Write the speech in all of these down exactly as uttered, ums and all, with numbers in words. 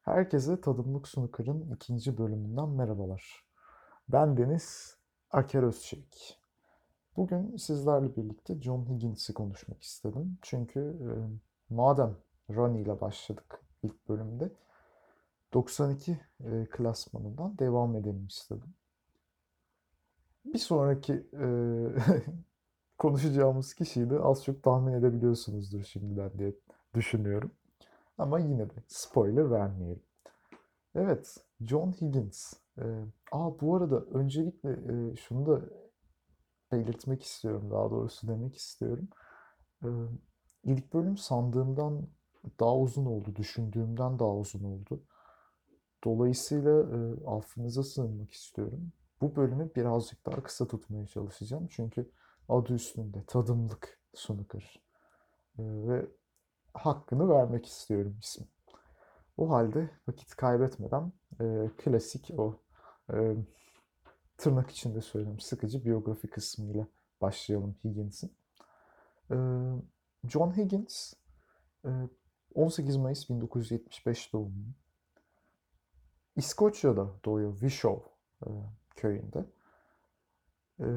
Herkese Tadımlık Snooker'ın ikinci bölümünden merhabalar. Ben Deniz Aker Özçelik. Bugün sizlerle birlikte John Higgins'i konuşmak istedim. Çünkü e, madem Ronnie ile başladık ilk bölümde, doksan iki e, klasmanından devam edelim istedim. Bir sonraki e, konuşacağımız kişiyi de az çok tahmin edebiliyorsunuzdur şimdiden diye düşünüyorum. Ama yine de spoiler vermeyelim. Evet, John Higgins. Ee, aa bu arada öncelikle e, şunu da belirtmek istiyorum, daha doğrusu demek istiyorum. Ee, ilk bölüm sandığımdan daha uzun oldu, düşündüğümden daha uzun oldu. Dolayısıyla e, affınıza sığınmak istiyorum. Bu bölümü birazcık daha kısa tutmaya çalışacağım. Çünkü adı üstünde tadımlık snooker. Ee, ve hakkını vermek istiyorum ismin. O halde vakit kaybetmeden e, klasik o e, tırnak içinde söylüyorum sıkıcı biyografi kısmıyla başlayalım Higgins'in. E, John Higgins e, on sekiz Mayıs bin dokuz yüz yetmiş beş doğumlu. İskoçya'da doğuyor, Wishaw e, köyünde. E,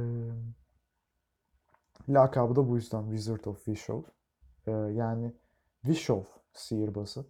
lakabı da bu yüzden Wizard of Wishaw. E, yani Wishaw sihirbazı.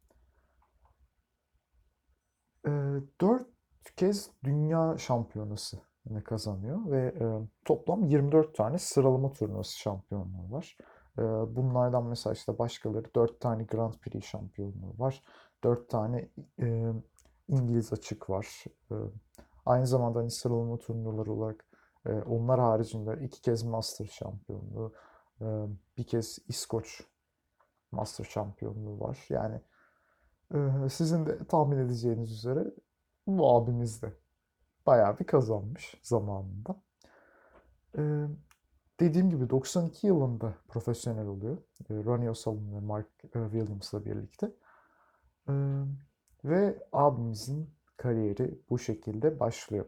E, dört kez dünya şampiyonası kazanıyor ve e, toplam yirmi dört tane sıralama turnuvası şampiyonluğu var. E, bunlardan mesela işte başkaları dört tane Grand Prix şampiyonluğu var. dört tane e, İngiliz açık var. E, aynı zamanda hani sıralama turnuvaları olarak e, onlar haricinde iki kez Master şampiyonluğu, e, bir kez İskoç Master şampiyonluğu var. Yani e, sizin de tahmin edeceğiniz üzere bu abimiz de bayağı bir kazanmış zamanında. Ee, dediğim gibi doksan iki yılında profesyonel oluyor. Ee, Ronnie O'Sullivan ve Mark e, Williams'la birlikte. Ee, ve abimizin kariyeri bu şekilde başlıyor.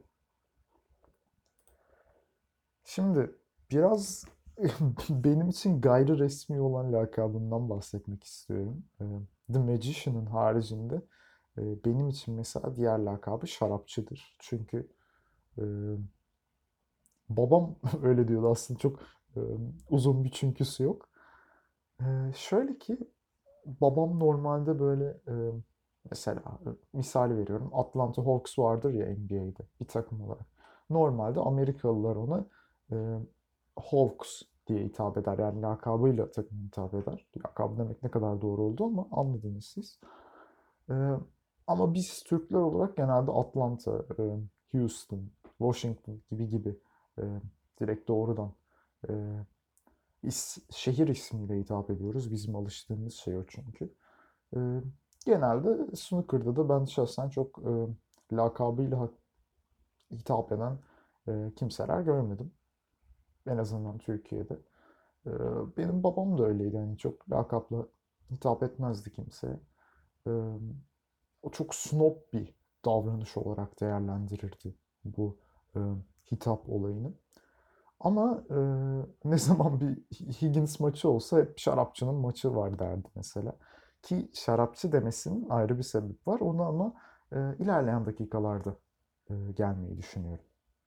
Şimdi biraz benim için gayri resmi olan lakabından bahsetmek istiyorum. Ee, The Magician'ın haricinde e, benim için mesela diğer lakabı şarapçıdır. Çünkü e, babam öyle diyordu aslında çok e, uzun bir çünküsü yok. E, şöyle ki babam normalde böyle e, mesela e, misal veriyorum Atlanta Hawks vardır ya N B A'de bir takım olarak. Normalde Amerikalılar ona e, Hawks diye hitap eder. Yani lakabıyla takım hitap eder. Lakabı demek ne kadar doğru oldu ama anladınız siz. E, ama biz Türkler olarak genelde Atlanta, e, Houston, Washington gibi gibi e, direkt doğrudan e, is, şehir ismiyle hitap ediyoruz. Bizim alıştığımız şey o çünkü. E, genelde snooker'da da ben şahsen çok e, lakabıyla hitap eden e, kimseler görmedim. En azından Türkiye'de. E, benim babam da öyleydi. Yani çok lakapla hitap etmezdi kimseye. E, o çok snob bir davranış olarak değerlendirirdi bu e, hitap olayını. Ama e, ne zaman bir Higgins maçı olsa hep şarapçının maçı var derdi mesela. Ki şarapçı demesinin ayrı bir sebep var. Onu ama e, ilerleyen dakikalarda e, gelmeyi düşünüyorum.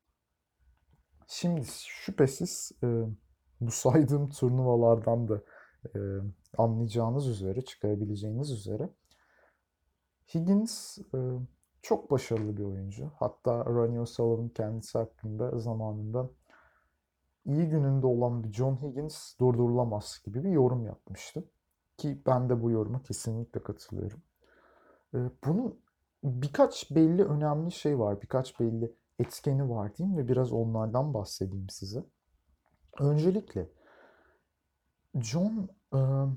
Şimdi şüphesiz e, bu saydığım turnuvalardan da e, anlayacağınız üzere, çıkarabileceğiniz üzere Higgins e, çok başarılı bir oyuncu. Hatta Ronnie O'Sullivan kendisi hakkında zamanında iyi gününde olan bir John Higgins durdurulamaz gibi bir yorum yapmıştı. Ki ben de bu yoruma kesinlikle katılıyorum. Ee, bunun birkaç belli önemli şey var, birkaç belli etkeni var diyeyim ve biraz onlardan bahsedeyim size. Öncelikle John e,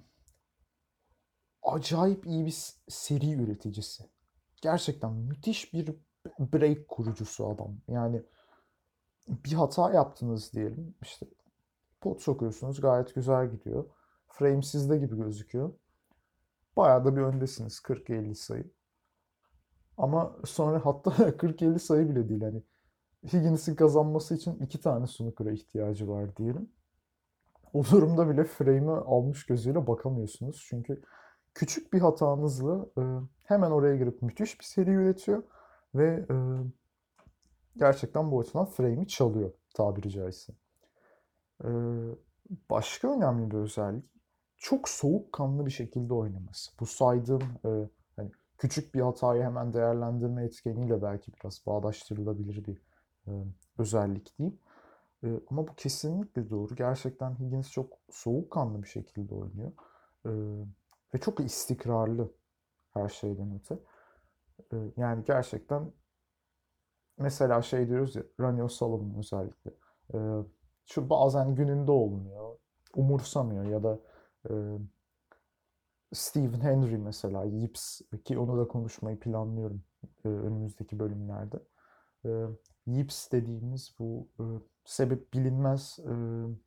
acayip iyi bir seri üreticisi. Gerçekten müthiş bir break kurucusu adam. Yani bir hata yaptınız diyelim. İşte pot sokuyorsunuz gayet güzel gidiyor. Frame sizde gibi gözüküyor. Bayağı da bir öndesiniz kırk elli sayı. Ama sonra hatta kırk elli sayı bile değil. Hani Higgins'in kazanması için iki tane snooker'a ihtiyacı var diyelim. O durumda bile frame'i almış gözüyle bakamıyorsunuz. Çünkü küçük bir hatanızla e, hemen oraya girip müthiş bir seri üretiyor ve e, gerçekten bu açıdan frame'i çalıyor tabiri caizse. E, Başka önemli bir özellik çok soğukkanlı bir şekilde oynaması. Bu saydığım e, hani küçük bir hatayı hemen değerlendirme etkeniyle belki biraz bağdaştırılabilir bir e, özellik diyeyim. E, ama bu kesinlikle doğru. Gerçekten Higgins çok soğukkanlı bir şekilde oynuyor. E, Ve çok istikrarlı her şeyden öte. E, yani gerçekten mesela şey diyoruz ya, Ronnie O'Sullivan özellikle. E, Şu bazen gününde olmuyor, umursamıyor ya da e, Stephen Henry mesela, Yips ki onu da konuşmayı planlıyorum e, önümüzdeki bölümlerde. E, Yips dediğimiz bu e, sebep bilinmez e,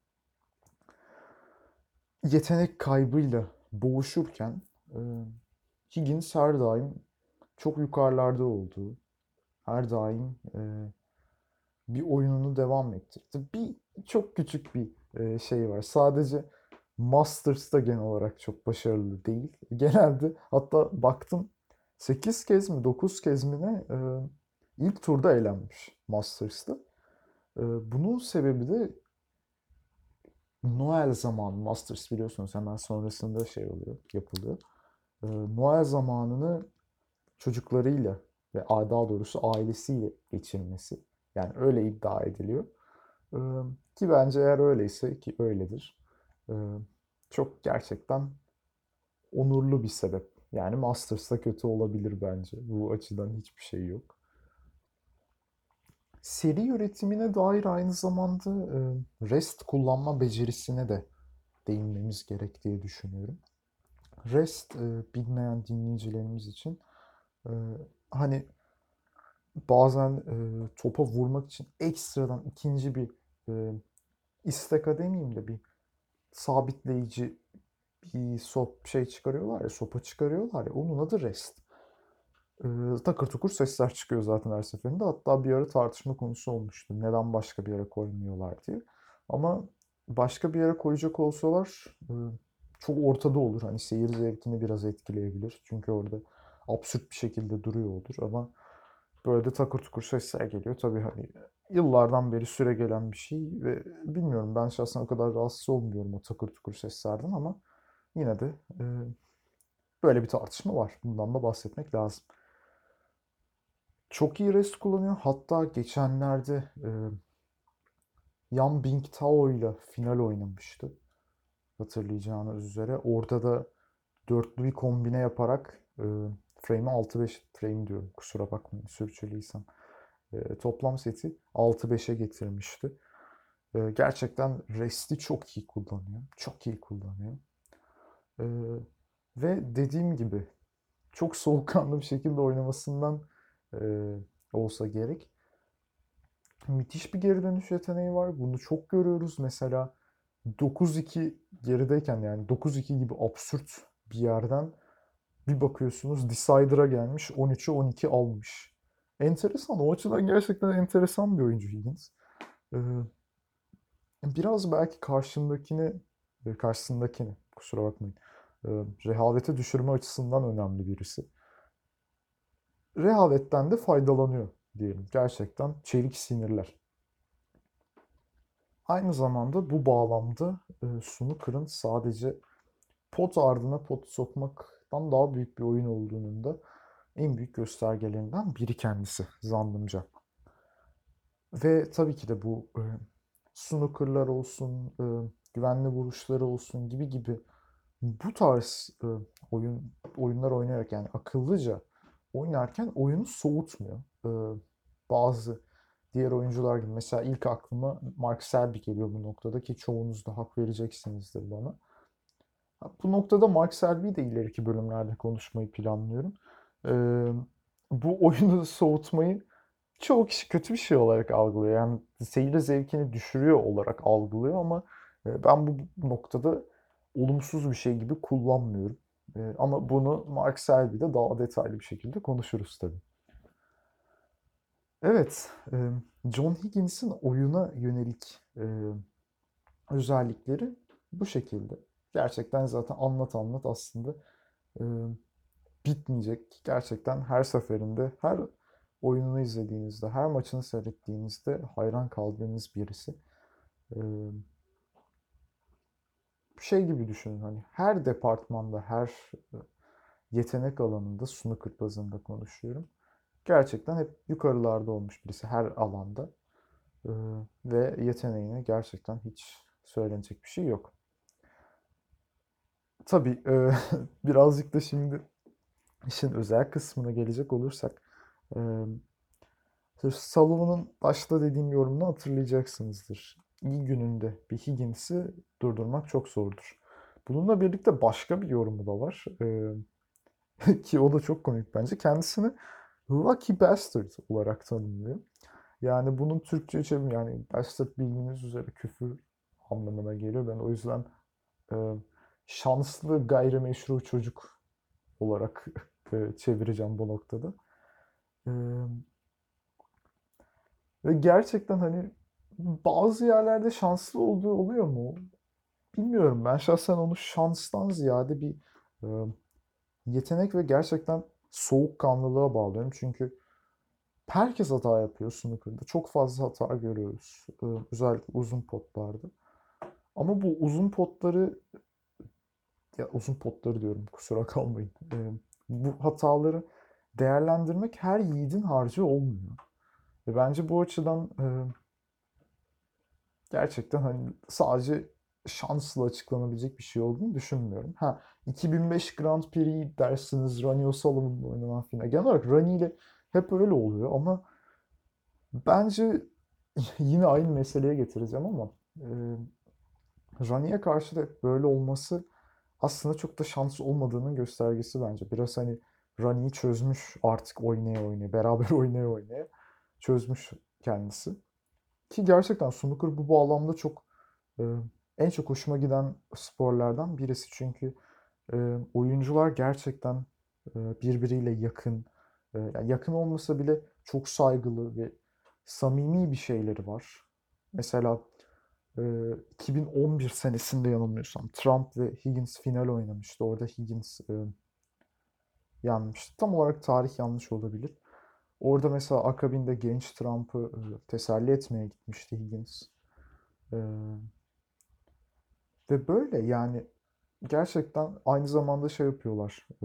yetenek kaybıyla boğuşurken e, Higgins her daim çok yukarılarda olduğu, her daim e, bir oyununu devam ettirdi. Bir çok küçük bir e, şey var. Sadece Masters'ta genel olarak çok başarılı değil. Genelde hatta baktım sekiz kez mi dokuz kez mi ne e, ilk turda elenmiş Masters'ta. E, bunun sebebi de Noel zamanı. Masters biliyorsunuz hemen sonrasında şey oluyor, yapılıyor. E, Noel zamanını çocuklarıyla ve daha doğrusu ailesiyle geçirmesi. Yani öyle iddia ediliyor. Ee, Ki bence eğer öyleyse ki öyledir. Ee, Çok gerçekten onurlu bir sebep. Yani Masters'ta kötü olabilir bence. Bu açıdan hiçbir şey yok. Seri üretimine dair aynı zamanda e, REST kullanma becerisine de değinmemiz gerek diye düşünüyorum. REST e, bilmeyen dinleyicilerimiz için e, hani bazen e, topa vurmak için ekstradan ikinci bir e, isteka demeyeyim de bir sabitleyici bir sop şey çıkarıyorlar ya, sopa çıkarıyorlar ya, onun adı REST. Ee, takır tukur sesler çıkıyor zaten her seferinde. Hatta bir ara tartışma konusu olmuştu. Neden başka bir yere koymuyorlar diye. Ama başka bir yere koyacak olsalar e, çok ortada olur. Hani seyir zevkini biraz etkileyebilir. Çünkü orada absürt bir şekilde duruyor olur. Ama böyle de takır tukur sesler geliyor. Tabii hani yıllardan beri süre gelen bir şey ve bilmiyorum, ben şahsen o kadar rahatsız olmuyorum o takır tukur seslerden ama yine de e, böyle bir tartışma var. Bundan da bahsetmek lazım. Çok iyi rest kullanıyor. Hatta geçenlerde e, Yan Bingtao ile final oynamıştı. Hatırlayacağınız üzere. Orada da dörtlü bir kombine yaparak e, frame'i altı beş frame diyorum. Kusura bakmayın sürçüliysem. E, toplam seti altı beşe getirmişti. E, gerçekten resti çok iyi kullanıyor. Çok iyi kullanıyor. E, Ve dediğim gibi çok soğukkanlı bir şekilde oynamasından e, olsa gerek. Müthiş bir geri dönüş yeteneği var. Bunu çok görüyoruz. Mesela dokuz iki gerideyken, yani dokuz iki gibi absürt bir yerden bir bakıyorsunuz Decider'a gelmiş, on üçe on iki almış. Enteresan. O açıdan gerçekten enteresan bir oyuncu Higgins. Ee, Biraz belki karşındakini, e, karşısındakini kusura bakmayın, e, rehavete düşürme açısından önemli birisi. Rehavetten de faydalanıyor diyelim. Gerçekten çelik sinirler. Aynı zamanda bu bağlamda e, snooker'ın sadece pot ardına pot sokmaktan daha büyük bir oyun olduğunun da en büyük göstergelerinden biri kendisi zannımca. Ve tabii ki de bu e, snooker'lar olsun, e, güvenli vuruşları olsun gibi gibi bu tarz e, oyun oyunlar oynayarak, yani akıllıca oynarken oyunu soğutmuyor. E, bazı diğer oyuncular gibi, mesela ilk aklıma Mark Selby geliyor bu noktada ki çoğunuz da hak vereceksinizdir bana. Bu noktada Mark Selby'yi de ileriki bölümlerde konuşmayı planlıyorum. E, Bu oyunu soğutmayı çoğu kişi kötü bir şey olarak algılıyor. Yani seyir zevkini düşürüyor olarak algılıyor ama e, ben bu noktada olumsuz bir şey gibi kullanmıyorum. E, Ama bunu Mark Selby'de daha detaylı bir şekilde konuşuruz tabii. Evet, e, John Higgins'in oyuna yönelik e, özellikleri bu şekilde. Gerçekten zaten anlat anlat aslında e, bitmeyecek. Gerçekten her seferinde, her oyununu izlediğinizde, her maçını seyrettiğinizde hayran kaldığınız birisi. E, Şey gibi düşünün, hani her departmanda, her e, yetenek alanında, snooker bazında konuşuyorum. Gerçekten hep yukarılarda olmuş birisi her alanda. Ee, ve yeteneğine gerçekten hiç söylenecek bir şey yok. Tabii e, birazcık da şimdi işin özel kısmına gelecek olursak e, Salomon'un başta dediğim yorumunu hatırlayacaksınızdır. İyi gününde bir Higgins'i durdurmak çok zordur. Bununla birlikte başka bir yorumu da var. Ee, ki o da çok komik bence. Kendisini Lucky Bastard olarak tanımlıyor. Yani bunun Türkçe çevirimi, yani bastard bildiğiniz üzere küfür anlamına geliyor. Ben o yüzden e, şanslı gayrimeşru çocuk olarak e, çevireceğim bu noktada. E, Ve gerçekten hani bazı yerlerde şanslı olduğu oluyor mu? Bilmiyorum. Ben şahsen onu şanstan ziyade bir e, yetenek ve gerçekten soğukkanlılığa bağlıyorum. Çünkü herkes hata yapıyor snooker'da. Çok fazla hata görüyoruz. E, özellikle uzun potlarda. Ama bu uzun potları, ya uzun potları diyorum, kusura kalmayın. E, bu hataları değerlendirmek her yiğidin harcı olmuyor. Ve bence bu açıdan e, gerçekten hani sadece şansla açıklanabilecek bir şey olduğunu düşünmüyorum. Ha, iki bin beş Grand Prix dersiniz, Ronnie O'Sullivan'la oynanan final. Genel olarak Ronnie ile hep öyle oluyor ama bence yine aynı meseleye getireceğim ama e, Ronnie'ye karşı da hep böyle olması aslında çok da şans olmadığının göstergesi bence. Biraz hani Ronnie'yi çözmüş artık, oynaya oynaya, beraber oynaya oynaya çözmüş kendisi. Ki gerçekten snooker bu bağlamda çok e, en çok hoşuma giden sporlardan birisi. Çünkü e, oyuncular gerçekten e, birbiriyle yakın. E, yani yakın olmasa bile çok saygılı ve samimi bir şeyleri var. Mesela e, iki bin on bir senesinde yanılmıyorsam Trump ve Higgins final oynamıştı. Orada Higgins e, yenmişti. Tam olarak tarih yanlış olabilir. Orada mesela akabinde genç Trump'ı e, teselli etmeye gitmişti Higgins. E, Ve böyle yani gerçekten aynı zamanda şey yapıyorlar. E,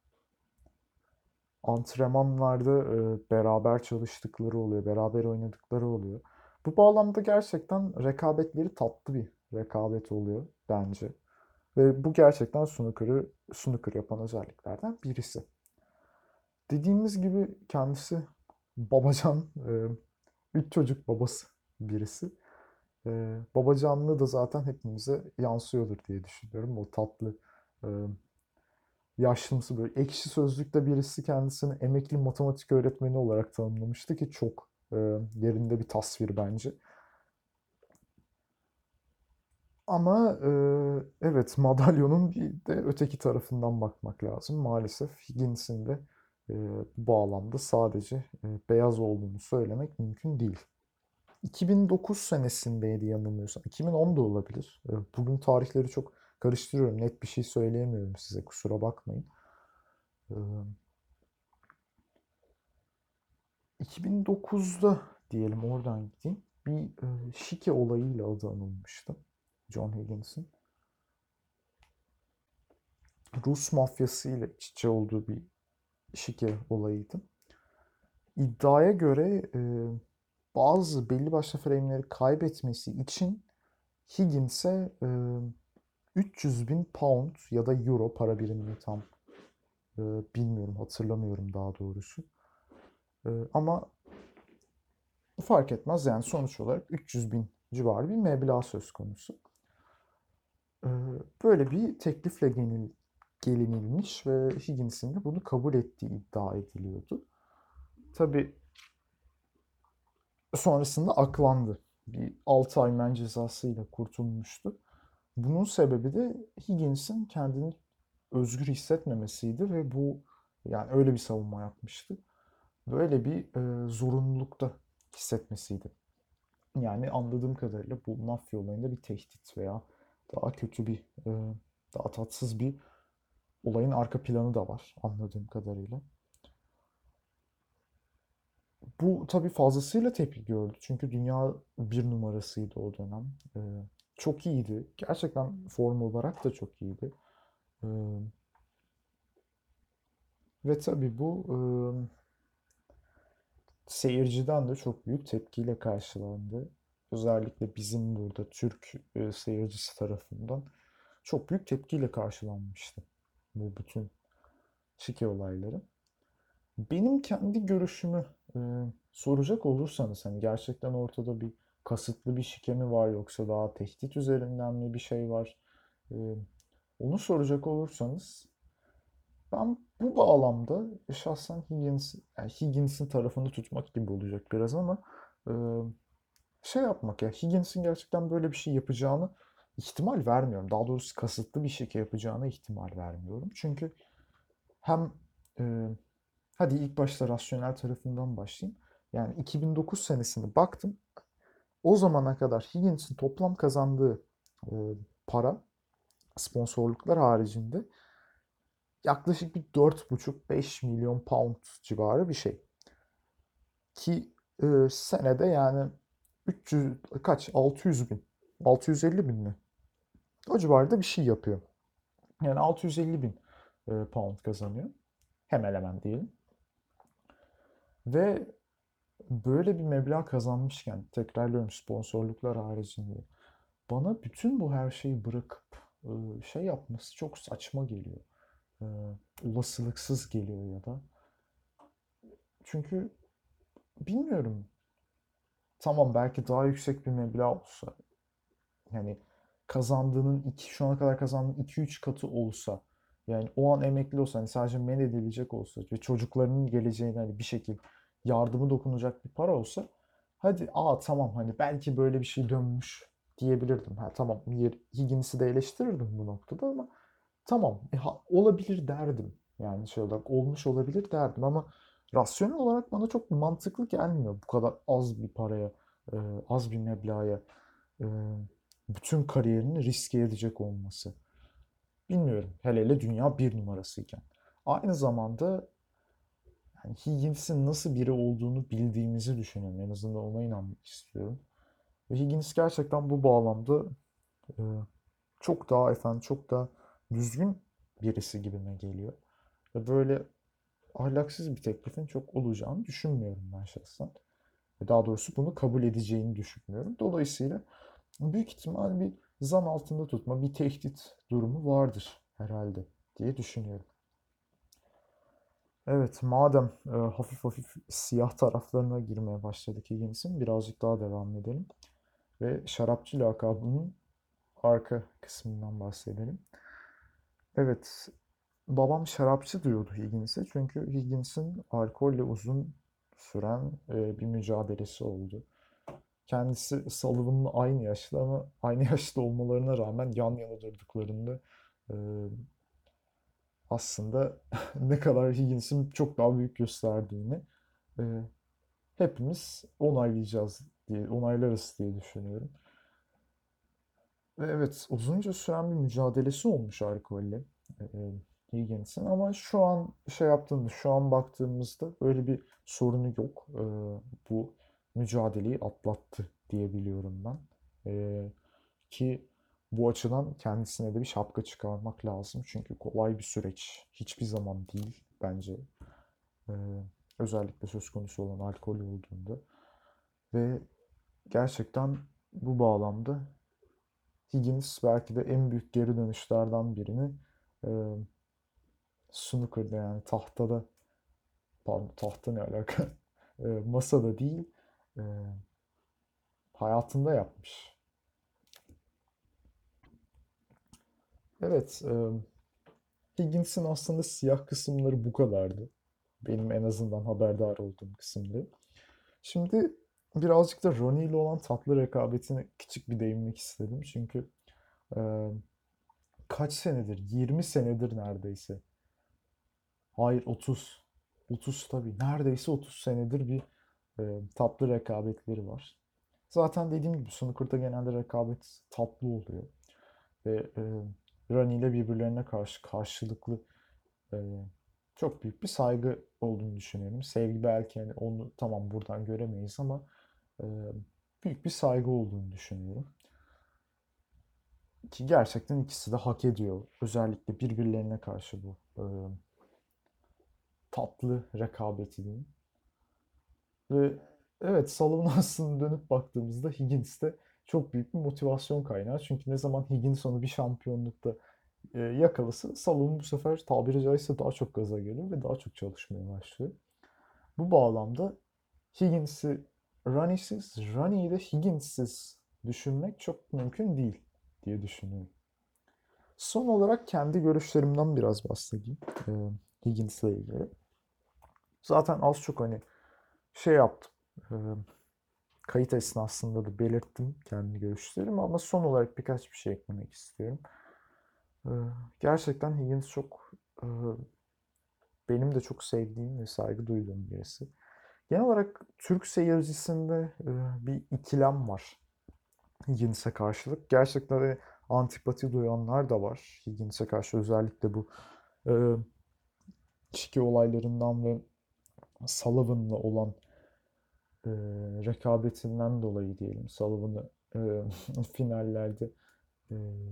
antrenmanlarda e, beraber çalıştıkları oluyor, beraber oynadıkları oluyor. Bu bağlamda gerçekten rekabetleri tatlı bir rekabet oluyor bence. Ve bu gerçekten snooker'ı snooker yapan özelliklerden birisi. Dediğimiz gibi kendisi babacan, e, üç çocuk babası birisi. E, babacanlığı da zaten hepimize yansıyordur diye düşünüyorum. O tatlı, e, yaşlımsı, böyle ekşi sözlükte birisi kendisini emekli matematik öğretmeni olarak tanımlamıştı ki çok e, yerinde bir tasvir bence. Ama e, evet, madalyonun bir de öteki tarafından bakmak lazım. Maalesef Higgins'in de e, bu bağlamda sadece e, beyaz olduğunu söylemek mümkün değil. iki bin dokuz senesindeydi yanılmıyorsam. iki bin on da olabilir. E, Bugün tarihleri çok karıştırıyorum. Net bir şey söyleyemiyorum size. Kusura bakmayın. E, iki bin dokuzda diyelim, oradan gideyim. Bir e, şike olayıyla adı anılmıştı John Higgins'in. Rus mafyası ile iç içe olduğu bir şike olayıydı. İddiaya göre e, bazı belli başlı frame'leri kaybetmesi için Higgins'e e, üç yüz bin pound ya da euro, para birimini tam e, bilmiyorum, hatırlamıyorum daha doğrusu. E, ama fark etmez yani, sonuç olarak üç yüz bin civarı bir meblağ söz konusu. E, Böyle bir teklifle genil, gelinilmiş ve Higgins'in de bunu kabul ettiği iddia ediliyordu. Tabii sonrasında aklandı. Bir altı ay men cezasıyla kurtulmuştu. Bunun sebebi de Higgins'in kendini özgür hissetmemesiydi ve bu, yani öyle bir savunma yapmıştı. Böyle bir e, zorunlulukta hissetmesiydi. Yani anladığım kadarıyla bu mafya olayında bir tehdit veya daha kötü bir, e, daha tatsız bir olayın arka planı da var anladığım kadarıyla. Bu tabii fazlasıyla tepki gördü. Çünkü dünya bir numarasıydı o dönem. Ee, çok iyiydi. Gerçekten form olarak da çok iyiydi. Ee, ve tabii bu e, seyirciden de çok büyük tepkiyle karşılandı. Özellikle bizim burada Türk e, seyircisi tarafından çok büyük tepkiyle karşılanmıştı bu bütün şike olayları. Benim kendi görüşümü e, soracak olursanız hani gerçekten ortada bir kasıtlı bir şike mi var yoksa daha tehdit üzerinden mi bir şey var? E, onu soracak olursanız ben bu bağlamda şahsen Higgins, yani Higgins'in tarafını tutmak gibi olacak biraz ama e, şey yapmak ya Higgins'in gerçekten böyle bir şey yapacağını ihtimal vermiyorum. Daha doğrusu kasıtlı bir şike yapacağına ihtimal vermiyorum. Çünkü hem e, hadi ilk başta rasyonel tarafından başlayayım. Yani iki bin dokuz senesinde baktım. O zamana kadar Higgins'in toplam kazandığı e, para sponsorluklar haricinde yaklaşık bir dört buçuk beş milyon pound civarı bir şey. Ki e, senede yani üç yüz kaç altı yüz bin altı yüz elli bin mi? O civarda bir şey yapıyor. Yani altı yüz elli bin e, pound kazanıyor. Hemen hemen diyelim. Ve böyle bir meblağ kazanmışken tekrarlıyorum sponsorluklar haricinde bana bütün bu her şeyi bırakıp e, şey yapması çok saçma geliyor. E, olasılıksız geliyor ya da. Çünkü bilmiyorum. Tamam belki daha yüksek bir meblağ olsa yani kazandığının iki, şu ana kadar kazandığının iki üç katı olsa yani o an emekli olsa hani sadece men edilecek olsa ve çocuklarının geleceğine hani bir şekilde yardımı dokunacak bir para olsa hadi aa tamam hani belki böyle bir şey dönmüş diyebilirdim. Ha tamam Higgins'i de eleştirirdim bu noktada ama tamam e, ha, olabilir derdim. Yani şey olarak olmuş olabilir derdim ama rasyonel olarak bana çok mantıklı gelmiyor bu kadar az bir paraya, e, az bir meblağa e, bütün kariyerini riske edecek olması. Bilmiyorum. Hele hele dünya bir numarasıyken. Aynı zamanda yani Higgins'in nasıl biri olduğunu bildiğimizi düşünüyorum. En azından ona inanmak istiyorum. Ve Higgins gerçekten bu bağlamda e, çok daha efendim, çok daha düzgün birisi gibime geliyor. Ve böyle ahlaksız bir teklifin çok olacağını düşünmüyorum ben şahsen. Daha doğrusu bunu kabul edeceğini düşünmüyorum. Dolayısıyla büyük ihtimal bir zan altında tutma, bir tehdit durumu vardır herhalde diye düşünüyorum. Evet, madem e, hafif hafif siyah taraflarına girmeye başladık Higgins'in, birazcık daha devam edelim. Ve şarapçı lakabının arka kısmından bahsedelim. Evet, babam şarapçı diyordu Higgins'e çünkü Higgins'in alkolle uzun süren e, bir mücadelesi oldu. Kendisi Sullivan'la aynı yaşlı ama aynı yaşta olmalarına rağmen yan yana durduklarında e, aslında ne kadar Higgins'in çok daha büyük gösterdiğini e, hepimiz onaylayacağız diye, onaylarız diye düşünüyorum. Ve evet uzunca süren bir mücadelesi olmuş alkolle e, Higgins'in ama şu an şey yaptığında, şu an baktığımızda öyle bir sorunu yok. E, bu mücadeleyi atlattı diyebiliyorum ben. E, Ki bu açıdan kendisine de bir şapka çıkarmak lazım. Çünkü kolay bir süreç hiçbir zaman değil bence. Ee, özellikle söz konusu olan alkol olduğunda. Ve gerçekten bu bağlamda Higgins belki de en büyük geri dönüşlerden birini e, snooker'da yani tahtada, pardon tahta ne alaka? E, masada değil, e, hayatında yapmış. Evet, e, Higgins'in aslında siyah kısımları bu kadardı. Benim en azından haberdar olduğum kısımdı. Şimdi birazcık da Ronnie ile olan tatlı rekabetine küçük bir değinmek istedim. Çünkü e, kaç senedir? yirmi senedir neredeyse. Hayır otuz. otuz tabii. Neredeyse otuz senedir bir e, tatlı rekabetleri var. Zaten dediğim gibi snooker'da genelde rekabet tatlı oluyor. Ve e, Ronnie ile birbirlerine karşı karşılıklı e, çok büyük bir saygı olduğunu düşünüyorum. Sevgi belki hani onu tamam buradan göremeyiz ama e, büyük bir saygı olduğunu düşünüyorum. Ki gerçekten ikisi de hak ediyor. Özellikle birbirlerine karşı bu e, tatlı rekabeti diyeyim. Ve evet Sullivan aslında dönüp baktığımızda Higgins de çok büyük bir motivasyon kaynağı. Çünkü ne zaman Higgins onu bir şampiyonlukta e, yakalasa Sullivan bu sefer tabiri caizse daha çok gaza geliyor ve daha çok çalışmaya başlıyor. Bu bağlamda Higgins'i Ronnie'siz, Ronnie'yi de Higgins'siz düşünmek çok mümkün değil diye düşünüyorum. Son olarak kendi görüşlerimden biraz bahsedeyim. E, Higgins'le ilgili. Zaten az çok hani şey yaptım. E, kayıt esnasında da belirttim kendi görüşlerimi ama son olarak birkaç bir şey eklemek istiyorum. E, gerçekten Higgins çok e, benim de çok sevdiğim ve saygı duyduğum birisi. Genel olarak Türk seyircisinde e, bir ikilem var Higgins'e karşılık. Gerçekten de antipati duyanlar da var Higgins'e karşı. Özellikle bu e, Çiki olaylarından ve Sullivan'la olan e, rekabetinden dolayı diyelim. Sullivan'ı e, finallerde e,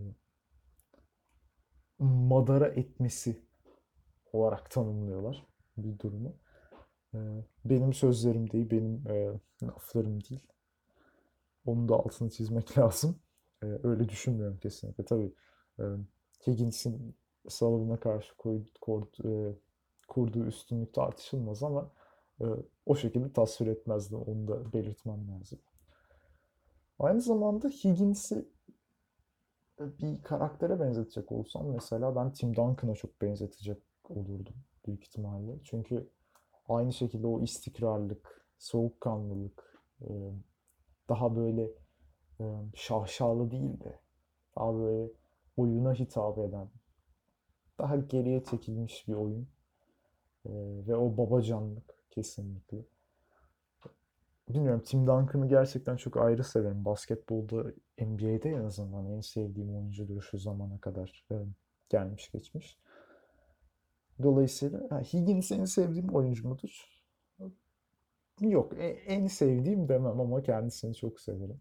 madara etmesi olarak tanımlıyorlar bir durumu. E, benim sözlerim değil, benim e, laflarım değil. Onun da altını çizmek lazım. E, öyle düşünmüyorum kesinlikle. Tabii e, Higgins'in Sullivan'a karşı koy, kor, e, kurduğu üstünlük tartışılmaz ama e, o şekilde tasvir etmezdim. Onu da belirtmem lazım. Aynı zamanda Higgins'i bir karaktere benzetecek olsam mesela ben Tim Duncan'a çok benzetecek olurdum büyük ihtimalle. Çünkü aynı şekilde o istikrarlık, soğukkanlılık, e, daha böyle e, şaşalı değil de daha böyle oyuna hitap eden, daha geriye çekilmiş bir oyun e, ve o babacanlık kesinlikle. Bilmiyorum Tim Duncan'ı gerçekten çok ayrı severim. Basketbolda N B A'de en azından en sevdiğim oyuncudur şu zamana kadar e, gelmiş geçmiş. Dolayısıyla ha, Higgins en sevdiğim oyuncu mudur? Yok, e- en sevdiğim demem ama kendisini çok severim.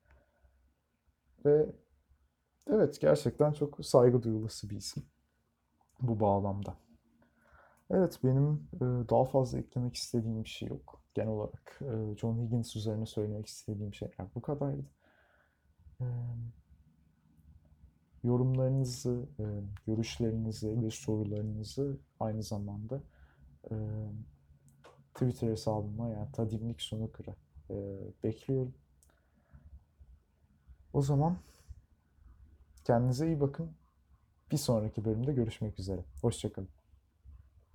Ve evet gerçekten çok saygı duyulası bir isim bu bağlamda. Evet benim e, daha fazla eklemek istediğim bir şey yok. Genel olarak e, John Higgins üzerine söylemek istediğim şeyler bu kadardı. E, yorumlarınızı, e, görüşlerinizi ve sorularınızı aynı zamanda e, Twitter hesabıma yani Tadimlik Snooker'a e, bekliyorum. O zaman kendinize iyi bakın. Bir sonraki bölümde görüşmek üzere. Hoşça kalın.